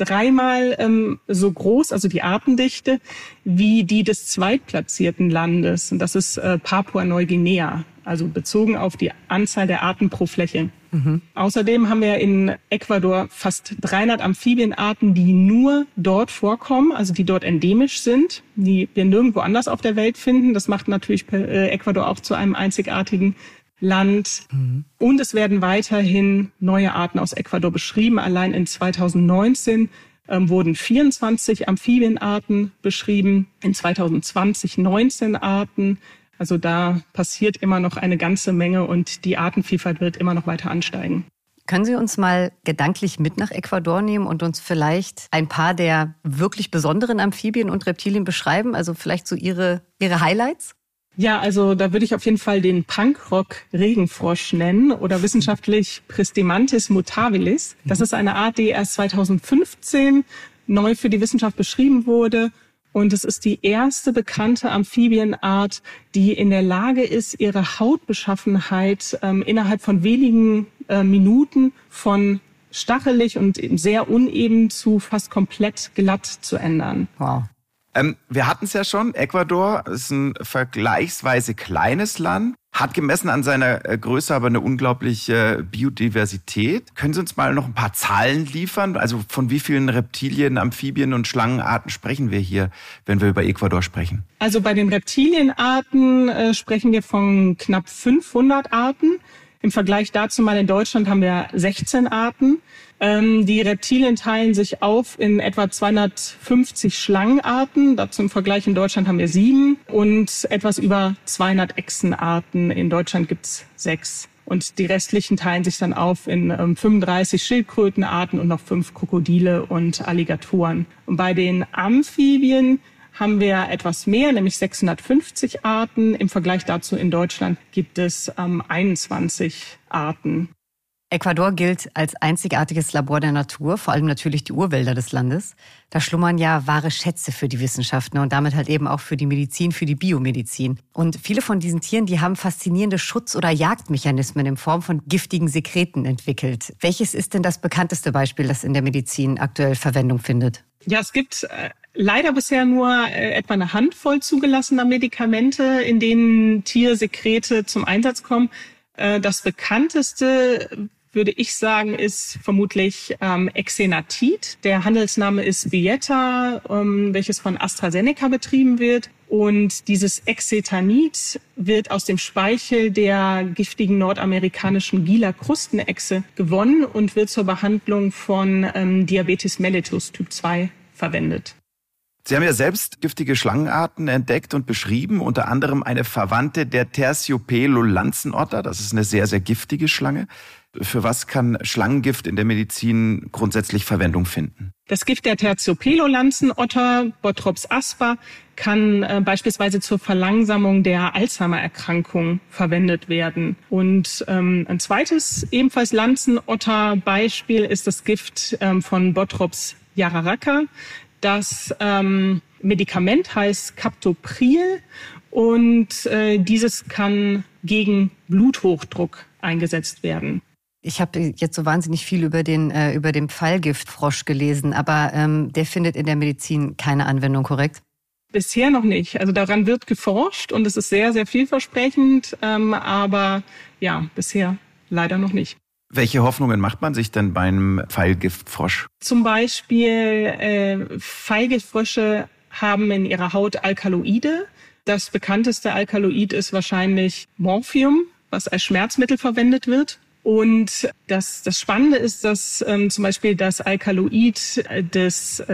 3-mal so groß, also die Artendichte, wie die des zweitplatzierten Landes. Und das ist Papua-Neuguinea, also bezogen auf die Anzahl der Arten pro Fläche. Außerdem haben wir in Ecuador fast 300 Amphibienarten, die nur dort vorkommen, also die dort endemisch sind, die wir nirgendwo anders auf der Welt finden. Das macht natürlich Ecuador auch zu einem einzigartigen Land. Und es werden weiterhin neue Arten aus Ecuador beschrieben. Allein in 2019 wurden 24 Amphibienarten beschrieben, in 2020 19 Arten. Also da passiert immer noch eine ganze Menge und die Artenvielfalt wird immer noch weiter ansteigen. Können Sie uns mal gedanklich mit nach Ecuador nehmen und uns vielleicht ein paar der wirklich besonderen Amphibien und Reptilien beschreiben? Also vielleicht so Ihre Highlights? Ja, also da würde ich auf jeden Fall den Punkrock-Regenfrosch nennen oder wissenschaftlich Pristimantis mutabilis. Das ist eine Art, die erst 2015 neu für die Wissenschaft beschrieben wurde. Und es ist die erste bekannte Amphibienart, die in der Lage ist, ihre Hautbeschaffenheit innerhalb von wenigen Minuten von stachelig und sehr uneben zu fast komplett glatt zu ändern. Wow. Wir hatten es ja schon, Ecuador ist ein vergleichsweise kleines Land, hat gemessen an seiner Größe aber eine unglaubliche Biodiversität. Können Sie uns mal noch ein paar Zahlen liefern? Also von wie vielen Reptilien, Amphibien und Schlangenarten sprechen wir hier, wenn wir über Ecuador sprechen? Also bei den Reptilienarten sprechen wir von knapp 500 Arten. Im Vergleich dazu mal in Deutschland haben wir 16 Arten. Die Reptilien teilen sich auf in etwa 250 Schlangenarten. Dazu im Vergleich in Deutschland haben wir 7 und etwas über 200 Echsenarten. In Deutschland gibt's 6. Und die restlichen teilen sich dann auf in 35 Schildkrötenarten und noch 5 Krokodile und Alligatoren. Und bei den Amphibien haben wir etwas mehr, nämlich 650 Arten. Im Vergleich dazu in Deutschland gibt es 21 Arten. Ecuador gilt als einzigartiges Labor der Natur, vor allem natürlich die Urwälder des Landes. Da schlummern ja wahre Schätze für die Wissenschaften und damit halt eben auch für die Medizin, für die Biomedizin. Und viele von diesen Tieren, die haben faszinierende Schutz- oder Jagdmechanismen in Form von giftigen Sekreten entwickelt. Welches ist denn das bekannteste Beispiel, das in der Medizin aktuell Verwendung findet? Ja, es gibt leider bisher nur etwa eine Handvoll zugelassener Medikamente, in denen Tiersekrete zum Einsatz kommen. Das bekannteste, würde ich sagen, ist vermutlich Exenatid. Der Handelsname ist Byetta, welches von AstraZeneca betrieben wird. Und dieses Exenatid wird aus dem Speichel der giftigen nordamerikanischen Gila-Krustenechse gewonnen und wird zur Behandlung von Diabetes mellitus Typ 2 verwendet. Sie haben ja selbst giftige Schlangenarten entdeckt und beschrieben, unter anderem eine Verwandte der Terciopelo-Lanzenotter. Das ist eine sehr, sehr giftige Schlange. Für was kann Schlangengift in der Medizin grundsätzlich Verwendung finden? Das Gift der Terciopelo-Lanzenotter, Botrops asper, kann beispielsweise zur Verlangsamung der Alzheimer-Erkrankung verwendet werden. Und ein zweites, ebenfalls Lanzenotter-Beispiel ist das Gift von Botrops jararaca. Das Medikament heißt Captopril und dieses kann gegen Bluthochdruck eingesetzt werden. Ich habe jetzt so wahnsinnig viel über den Pfeilgiftfrosch gelesen, aber der findet in der Medizin keine Anwendung, korrekt? Bisher noch nicht. Also daran wird geforscht und es ist sehr, sehr vielversprechend, aber ja, bisher leider noch nicht. Welche Hoffnungen macht man sich denn beim Pfeilgiftfrosch? Zum Beispiel Pfeilgiftfrösche haben in ihrer Haut Alkaloide. Das bekannteste Alkaloid ist wahrscheinlich Morphium, was als Schmerzmittel verwendet wird. Und das Spannende ist, dass zum Beispiel das Alkaloid des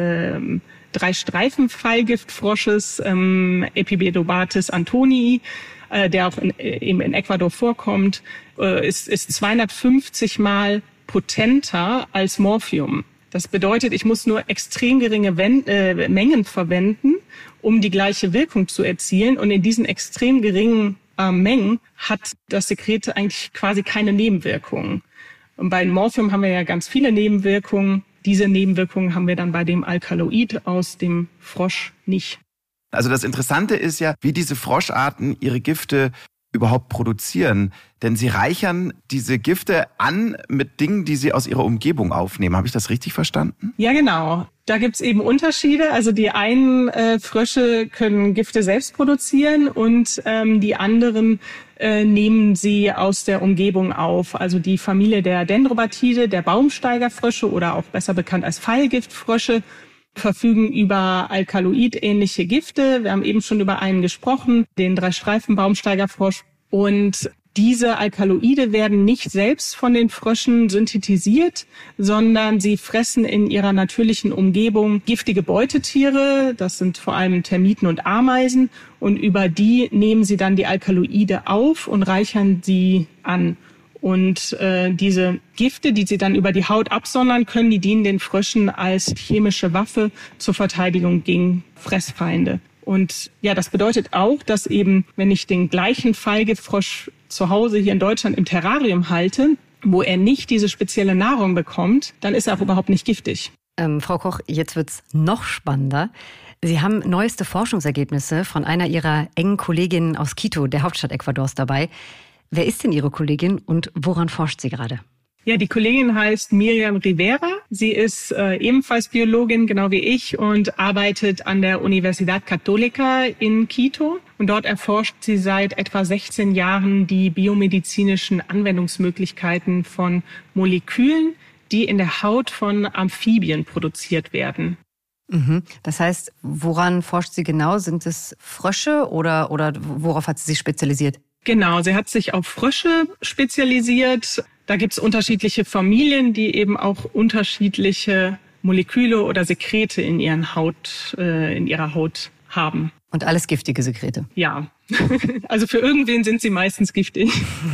Dreistreifen-Pfeilgiftfrosches Epibedobates antonii, der auch in Ecuador vorkommt, ist 250 Mal potenter als Morphium. Das bedeutet, ich muss nur extrem geringe Mengen verwenden um die gleiche Wirkung zu erzielen. Und in diesen extrem geringen Mengen hat das Sekret eigentlich quasi keine Nebenwirkungen. Und bei Morphium haben wir ja ganz viele Nebenwirkungen. Diese Nebenwirkungen haben wir dann bei dem Alkaloid aus dem Frosch nicht. Also das Interessante ist ja, wie diese Froscharten ihre Gifte überhaupt produzieren. Denn sie reichern diese Gifte an mit Dingen, die sie aus ihrer Umgebung aufnehmen. Habe ich das richtig verstanden? Ja, genau. Da gibt's eben Unterschiede. Also die einen Frösche können Gifte selbst produzieren und die anderen nehmen sie aus der Umgebung auf. Also die Familie der Dendrobatide, der Baumsteigerfrösche oder auch besser bekannt als Pfeilgiftfrösche, verfügen über Alkaloid-ähnliche Gifte. Wir haben eben schon über einen gesprochen, den Dreistreifen-Baumsteigerfrosch. Und diese Alkaloide werden nicht selbst von den Fröschen synthetisiert, sondern sie fressen in ihrer natürlichen Umgebung giftige Beutetiere. Das sind vor allem Termiten und Ameisen. Und über die nehmen sie dann die Alkaloide auf und reichern sie an. Und diese Gifte, die sie dann über die Haut absondern können, die dienen den Fröschen als chemische Waffe zur Verteidigung gegen Fressfeinde. Und ja, das bedeutet auch, dass eben, wenn ich den gleichen Pfeilgiftfrosch zu Hause hier in Deutschland im Terrarium halte, wo er nicht diese spezielle Nahrung bekommt, dann ist er auch überhaupt nicht giftig. Frau Koch, jetzt wird's noch spannender. Sie haben neueste Forschungsergebnisse von einer Ihrer engen Kolleginnen aus Quito, der Hauptstadt Ecuadors, dabei. Wer ist denn Ihre Kollegin und woran forscht sie gerade? Ja, die Kollegin heißt Miriam Rivera. Sie ist ebenfalls Biologin, genau wie ich, und arbeitet an der Universidad Católica in Quito. Und dort erforscht sie seit etwa 16 Jahren die biomedizinischen Anwendungsmöglichkeiten von Molekülen, die in der Haut von Amphibien produziert werden. Das heißt, woran forscht sie genau? Sind es Frösche oder worauf hat sie sich spezialisiert? Genau, sie hat sich auf Frösche spezialisiert. Da gibt es unterschiedliche Familien, die eben auch unterschiedliche Moleküle oder Sekrete in ihrer Haut haben. Und alles giftige Sekrete? Ja, also für irgendwen sind sie meistens giftig.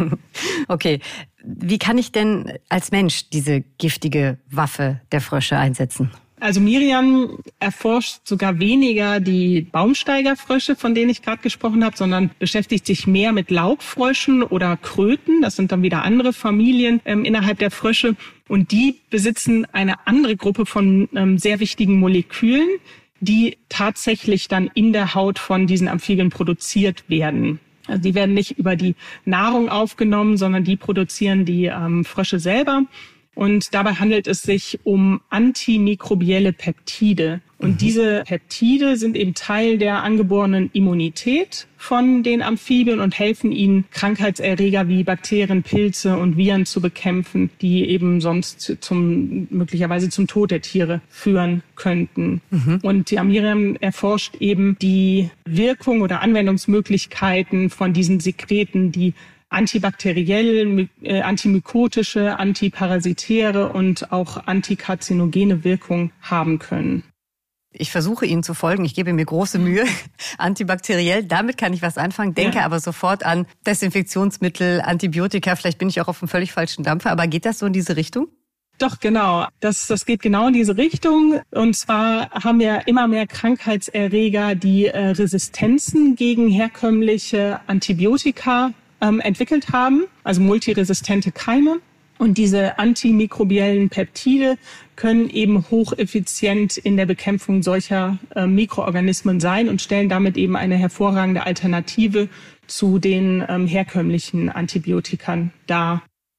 Okay, wie kann ich denn als Mensch diese giftige Waffe der Frösche einsetzen? Also Miriam erforscht sogar weniger die Baumsteigerfrösche, von denen ich gerade gesprochen habe, sondern beschäftigt sich mehr mit Laubfröschen oder Kröten. Das sind dann wieder andere Familien innerhalb der Frösche. Und die besitzen eine andere Gruppe von sehr wichtigen Molekülen, die tatsächlich dann in der Haut von diesen Amphibien produziert werden. Also die werden nicht über die Nahrung aufgenommen, sondern die produzieren die Frösche selber. Und dabei handelt es sich um antimikrobielle Peptide. Und diese Peptide sind eben Teil der angeborenen Immunität von den Amphibien und helfen ihnen, Krankheitserreger wie Bakterien, Pilze und Viren zu bekämpfen, die eben sonst möglicherweise zum Tod der Tiere führen könnten. Und die Miriam erforscht eben die Wirkung oder Anwendungsmöglichkeiten von diesen Sekreten, die antibakterielle, antimykotische, antiparasitäre und auch antikarzinogen Wirkung haben können. Ich versuche Ihnen zu folgen, ich gebe mir große Mühe. Antibakteriell, damit kann ich was anfangen, denke aber sofort an Desinfektionsmittel, Antibiotika, vielleicht bin ich auch auf einem völlig falschen Dampfer, aber geht das so in diese Richtung? Doch, genau. Das geht genau in diese Richtung. Und zwar haben wir immer mehr Krankheitserreger, die Resistenzen gegen herkömmliche Antibiotika entwickelt haben, also multiresistente Keime. Und diese antimikrobiellen Peptide können eben hocheffizient in der Bekämpfung solcher Mikroorganismen sein und stellen damit eben eine hervorragende Alternative zu den herkömmlichen Antibiotikern dar.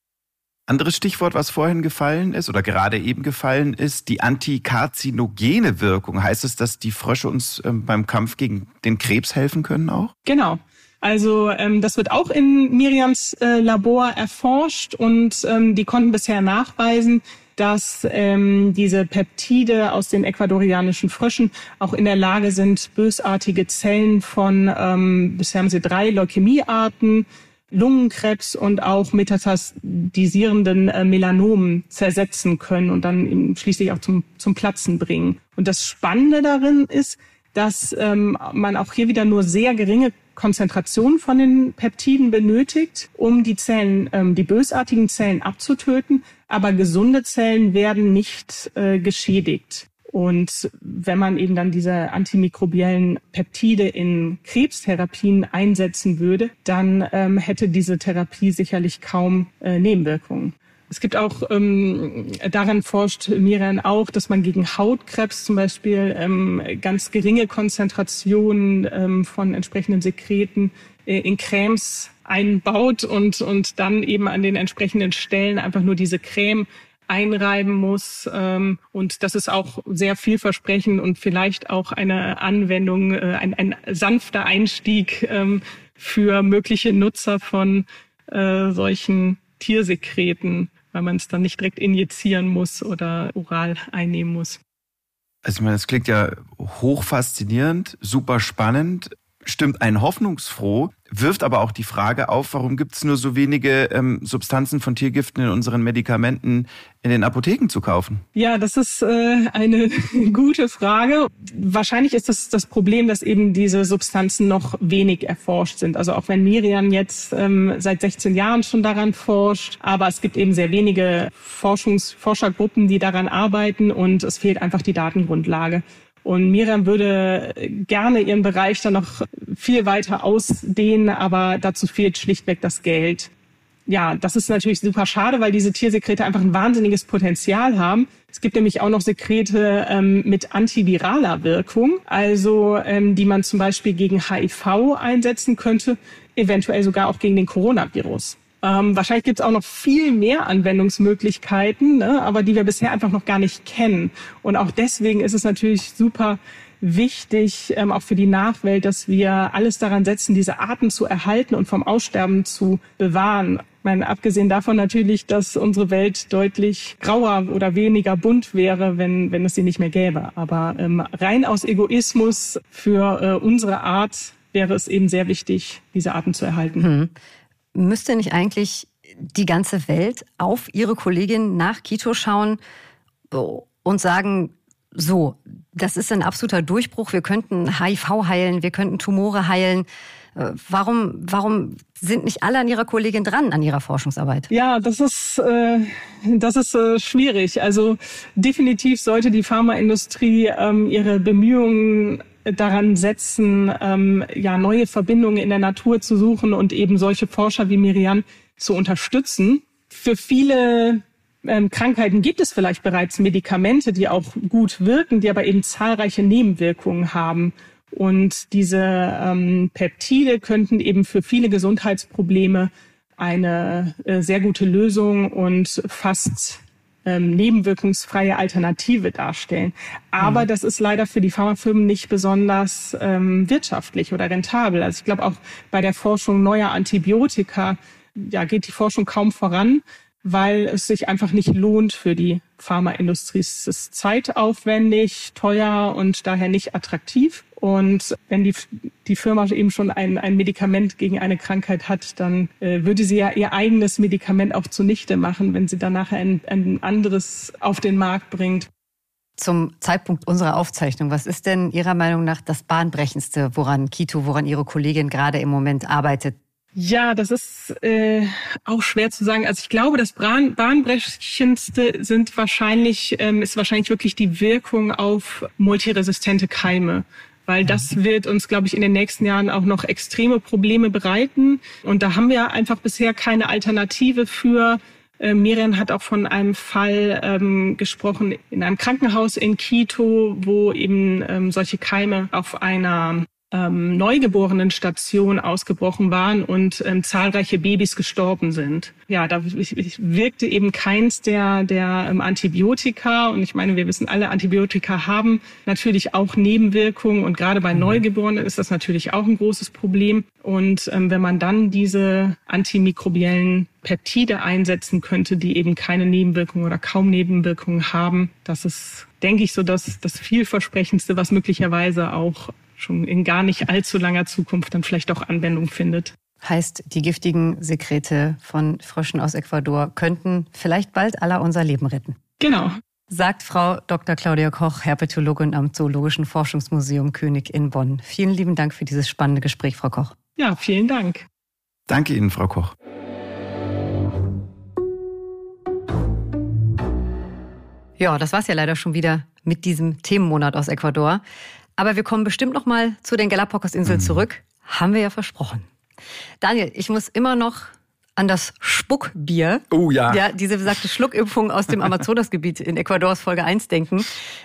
Anderes Stichwort, was vorhin gefallen ist oder gerade eben gefallen ist, die antikarzinogene Wirkung. Heißt es, dass die Frösche uns beim Kampf gegen den Krebs helfen können auch? Genau. Also das wird auch in Miriams Labor erforscht und die konnten bisher nachweisen, dass diese Peptide aus den ecuadorianischen Fröschen auch in der Lage sind, bösartige Zellen von, bisher haben sie 3 Leukämiearten, Lungenkrebs und auch metastasierenden Melanomen zersetzen können und dann schließlich auch zum Platzen bringen. Und das Spannende darin ist, dass man auch hier wieder nur sehr geringe Konzentrationen von den Peptiden benötigt, um die Zellen, die bösartigen Zellen abzutöten, aber gesunde Zellen werden nicht geschädigt. Und wenn man eben dann diese antimikrobiellen Peptide in Krebstherapien einsetzen würde, dann hätte diese Therapie sicherlich kaum Nebenwirkungen. Es gibt auch, daran forscht Miriam auch, dass man gegen Hautkrebs zum Beispiel ganz geringe Konzentrationen von entsprechenden Sekreten in Cremes einbaut und dann eben an den entsprechenden Stellen einfach nur diese Creme einreiben muss. Und das ist auch sehr vielversprechend und vielleicht auch eine Anwendung, ein sanfter Einstieg für mögliche Nutzer von solchen Tiersekreten, weil man es dann nicht direkt injizieren muss oder oral einnehmen muss. Also ich meine, das klingt ja hoch faszinierend, super spannend, stimmt einen hoffnungsfroh, wirft aber auch die Frage auf, warum gibt es nur so wenige Substanzen von Tiergiften in unseren Medikamenten in den Apotheken zu kaufen? Ja, das ist eine gute Frage. Wahrscheinlich ist das Problem, dass eben diese Substanzen noch wenig erforscht sind. Also auch wenn Miriam jetzt seit 16 Jahren schon daran forscht, aber es gibt eben sehr wenige Forschergruppen, die daran arbeiten und es fehlt einfach die Datengrundlage. Und Miriam würde gerne ihren Bereich dann noch viel weiter ausdehnen, aber dazu fehlt schlichtweg das Geld. Ja, das ist natürlich super schade, weil diese Tiersekrete einfach ein wahnsinniges Potenzial haben. Es gibt nämlich auch noch Sekrete mit antiviraler Wirkung, also die man zum Beispiel gegen HIV einsetzen könnte, eventuell sogar auch gegen den Coronavirus. Wahrscheinlich gibt es auch noch viel mehr Anwendungsmöglichkeiten, ne, aber die wir bisher einfach noch gar nicht kennen. Und auch deswegen ist es natürlich super wichtig, auch für die Nachwelt, dass wir alles daran setzen, diese Arten zu erhalten und vom Aussterben zu bewahren. Ich meine, abgesehen davon natürlich, dass unsere Welt deutlich grauer oder weniger bunt wäre, wenn es sie nicht mehr gäbe. Aber rein aus Egoismus für unsere Art wäre es eben sehr wichtig, diese Arten zu erhalten. Müsste nicht eigentlich die ganze Welt auf ihre Kollegin nach Quito schauen und sagen, so, das ist ein absoluter Durchbruch, wir könnten HIV heilen, wir könnten Tumore heilen. Warum sind nicht alle an ihrer Kollegin dran, an ihrer Forschungsarbeit? Ja, das ist schwierig. Also definitiv sollte die Pharmaindustrie ihre Bemühungen daran setzen, neue Verbindungen in der Natur zu suchen und eben solche Forscher wie Miriam zu unterstützen. Für viele Krankheiten gibt es vielleicht bereits Medikamente, die auch gut wirken, die aber eben zahlreiche Nebenwirkungen haben. Und diese Peptide könnten eben für viele Gesundheitsprobleme eine sehr gute Lösung und fast nebenwirkungsfreie Alternative darstellen. Aber das ist leider für die Pharmafirmen nicht besonders wirtschaftlich oder rentabel. Also ich glaube, auch bei der Forschung neuer Antibiotika geht die Forschung kaum voran, weil es sich einfach nicht lohnt für die Pharmaindustrie. Es ist zeitaufwendig, teuer und daher nicht attraktiv. Und wenn die Firma eben schon ein Medikament gegen eine Krankheit hat, dann würde sie ja ihr eigenes Medikament auch zunichte machen, wenn sie dann nachher ein anderes auf den Markt bringt. Zum Zeitpunkt unserer Aufzeichnung, was ist denn Ihrer Meinung nach das Bahnbrechendste, woran Ihre Kollegin gerade im Moment arbeitet? Ja, das ist auch schwer zu sagen. Also ich glaube, das Bahnbrechendste ist wahrscheinlich wirklich die Wirkung auf multiresistente Keime. Weil das wird uns, glaube ich, in den nächsten Jahren auch noch extreme Probleme bereiten. Und da haben wir einfach bisher keine Alternative für. Miriam hat auch von einem Fall gesprochen in einem Krankenhaus in Quito, wo eben solche Keime auf einer Neugeborenenstation ausgebrochen waren und zahlreiche Babys gestorben sind. Ja, da wirkte eben keins der Antibiotika. Und ich meine, wir wissen alle, Antibiotika haben natürlich auch Nebenwirkungen. Und gerade bei Neugeborenen ist das natürlich auch ein großes Problem. Und wenn man dann diese antimikrobiellen Peptide einsetzen könnte, die eben keine Nebenwirkungen oder kaum Nebenwirkungen haben, das ist, denke ich, so das vielversprechendste, was möglicherweise auch schon in gar nicht allzu langer Zukunft dann vielleicht auch Anwendung findet. Heißt, die giftigen Sekrete von Fröschen aus Ecuador könnten vielleicht bald aller unser Leben retten. Genau. Sagt Frau Dr. Claudia Koch, Herpetologin am Zoologischen Forschungsmuseum König in Bonn. Vielen lieben Dank für dieses spannende Gespräch, Frau Koch. Ja, vielen Dank. Danke Ihnen, Frau Koch. Ja, das war's ja leider schon wieder mit diesem Themenmonat aus Ecuador. Aber wir kommen bestimmt noch mal zu den Galapagos-Inseln zurück. Haben wir ja versprochen. Daniel, ich muss immer noch an das Spuckbier, diese besagte Schluckimpfung aus dem Amazonasgebiet in Ecuadors Folge 1 denken.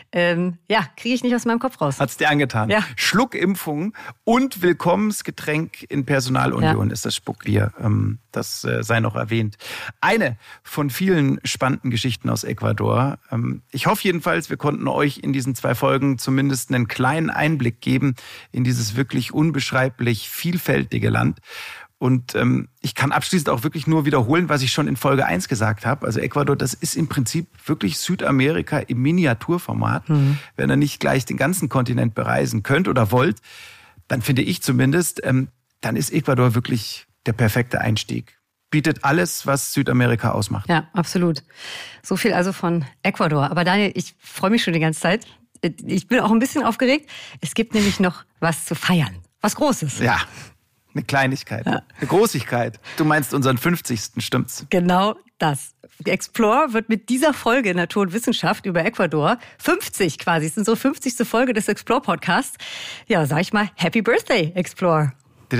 Kriege ich nicht aus meinem Kopf raus. Hat's dir angetan. Ja. Schluckimpfung und Willkommensgetränk in Personalunion ist das Spuckbier. Das sei noch erwähnt. Eine von vielen spannenden Geschichten aus Ecuador. Ich hoffe jedenfalls, wir konnten euch in diesen 2 Folgen zumindest einen kleinen Einblick geben in dieses wirklich unbeschreiblich vielfältige Land. Und ich kann abschließend auch wirklich nur wiederholen, was ich schon in Folge 1 gesagt habe. Also Ecuador, das ist im Prinzip wirklich Südamerika im Miniaturformat. Wenn ihr nicht gleich den ganzen Kontinent bereisen könnt oder wollt, dann finde ich zumindest, dann ist Ecuador wirklich der perfekte Einstieg. Bietet alles, was Südamerika ausmacht. Ja, absolut. So viel also von Ecuador. Aber Daniel, ich freue mich schon die ganze Zeit. Ich bin auch ein bisschen aufgeregt. Es gibt nämlich noch was zu feiern. Was Großes. Ja. Eine Kleinigkeit, eine Großigkeit. Du meinst unseren 50. stimmt's? Genau das. Explore wird mit dieser Folge Natur und Wissenschaft über Ecuador 50 quasi. Es ist unsere 50. Folge des Explore-Podcasts. Ja, sag ich mal, Happy Birthday, Explore.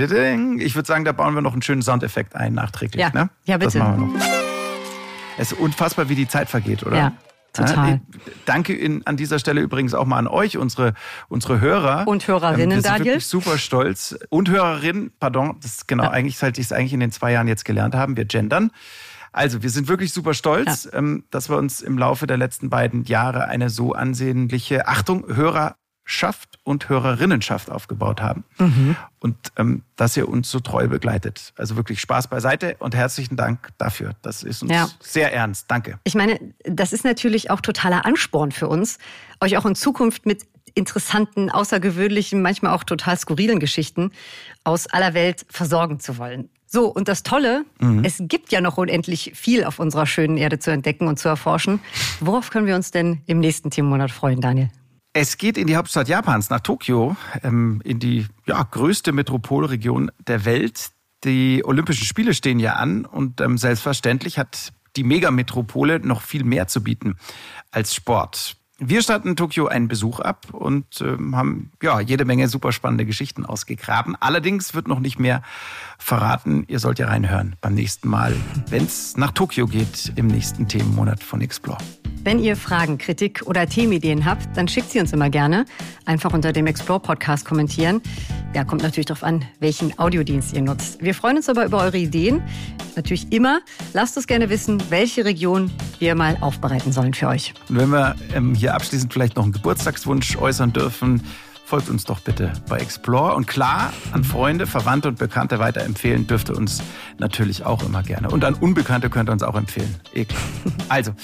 Ich würde sagen, da bauen wir noch einen schönen Soundeffekt ein, nachträglich. Ja, ne? Ja bitte. Das machen wir noch. Es ist unfassbar, wie die Zeit vergeht, oder? Ja. Total. Danke an dieser Stelle übrigens auch mal an euch, unsere Hörer. Und Hörerinnen, wir sind Daniel. Wirklich super stolz. Und Hörerinnen, pardon, das ist genau eigentlich, seit ich es eigentlich in den 2 Jahren jetzt gelernt haben, wir gendern. Also wir sind wirklich super stolz, dass wir uns im Laufe der letzten beiden Jahre eine so ansehnliche, Achtung, Hörerschaft und Hörerinnenschaft aufgebaut haben. Und dass ihr uns so treu begleitet. Also wirklich Spaß beiseite und herzlichen Dank dafür. Das ist uns sehr ernst. Danke. Ich meine, das ist natürlich auch totaler Ansporn für uns, euch auch in Zukunft mit interessanten, außergewöhnlichen, manchmal auch total skurrilen Geschichten aus aller Welt versorgen zu wollen. So, und das Tolle, es gibt ja noch unendlich viel auf unserer schönen Erde zu entdecken und zu erforschen. Worauf können wir uns denn im nächsten Themenmonat freuen, Daniel? Es geht in die Hauptstadt Japans, nach Tokio, in die größte Metropolregion der Welt. Die Olympischen Spiele stehen ja an und selbstverständlich hat die Megametropole noch viel mehr zu bieten als Sport. Wir starten in Tokio einen Besuch ab und haben jede Menge super spannende Geschichten ausgegraben. Allerdings wird noch nicht mehr verraten. Ihr sollt ja reinhören beim nächsten Mal, wenn es nach Tokio geht im nächsten Themenmonat von Explore. Wenn ihr Fragen, Kritik oder Themenideen habt, dann schickt sie uns immer gerne. Einfach unter dem Explore-Podcast kommentieren. Ja, kommt natürlich darauf an, welchen Audiodienst ihr nutzt. Wir freuen uns aber über eure Ideen. Natürlich immer. Lasst uns gerne wissen, welche Region wir mal aufbereiten sollen für euch. Und wenn wir hier abschließend vielleicht noch einen Geburtstagswunsch äußern dürfen, folgt uns doch bitte bei Explore. Und klar, an Freunde, Verwandte und Bekannte weiterempfehlen dürft ihr uns natürlich auch immer gerne. Und an Unbekannte könnt ihr uns auch empfehlen. Klar. Also,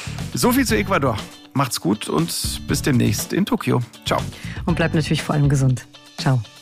so viel zu Ecuador. Macht's gut und bis demnächst in Tokio. Ciao. Und bleibt natürlich vor allem gesund. Ciao.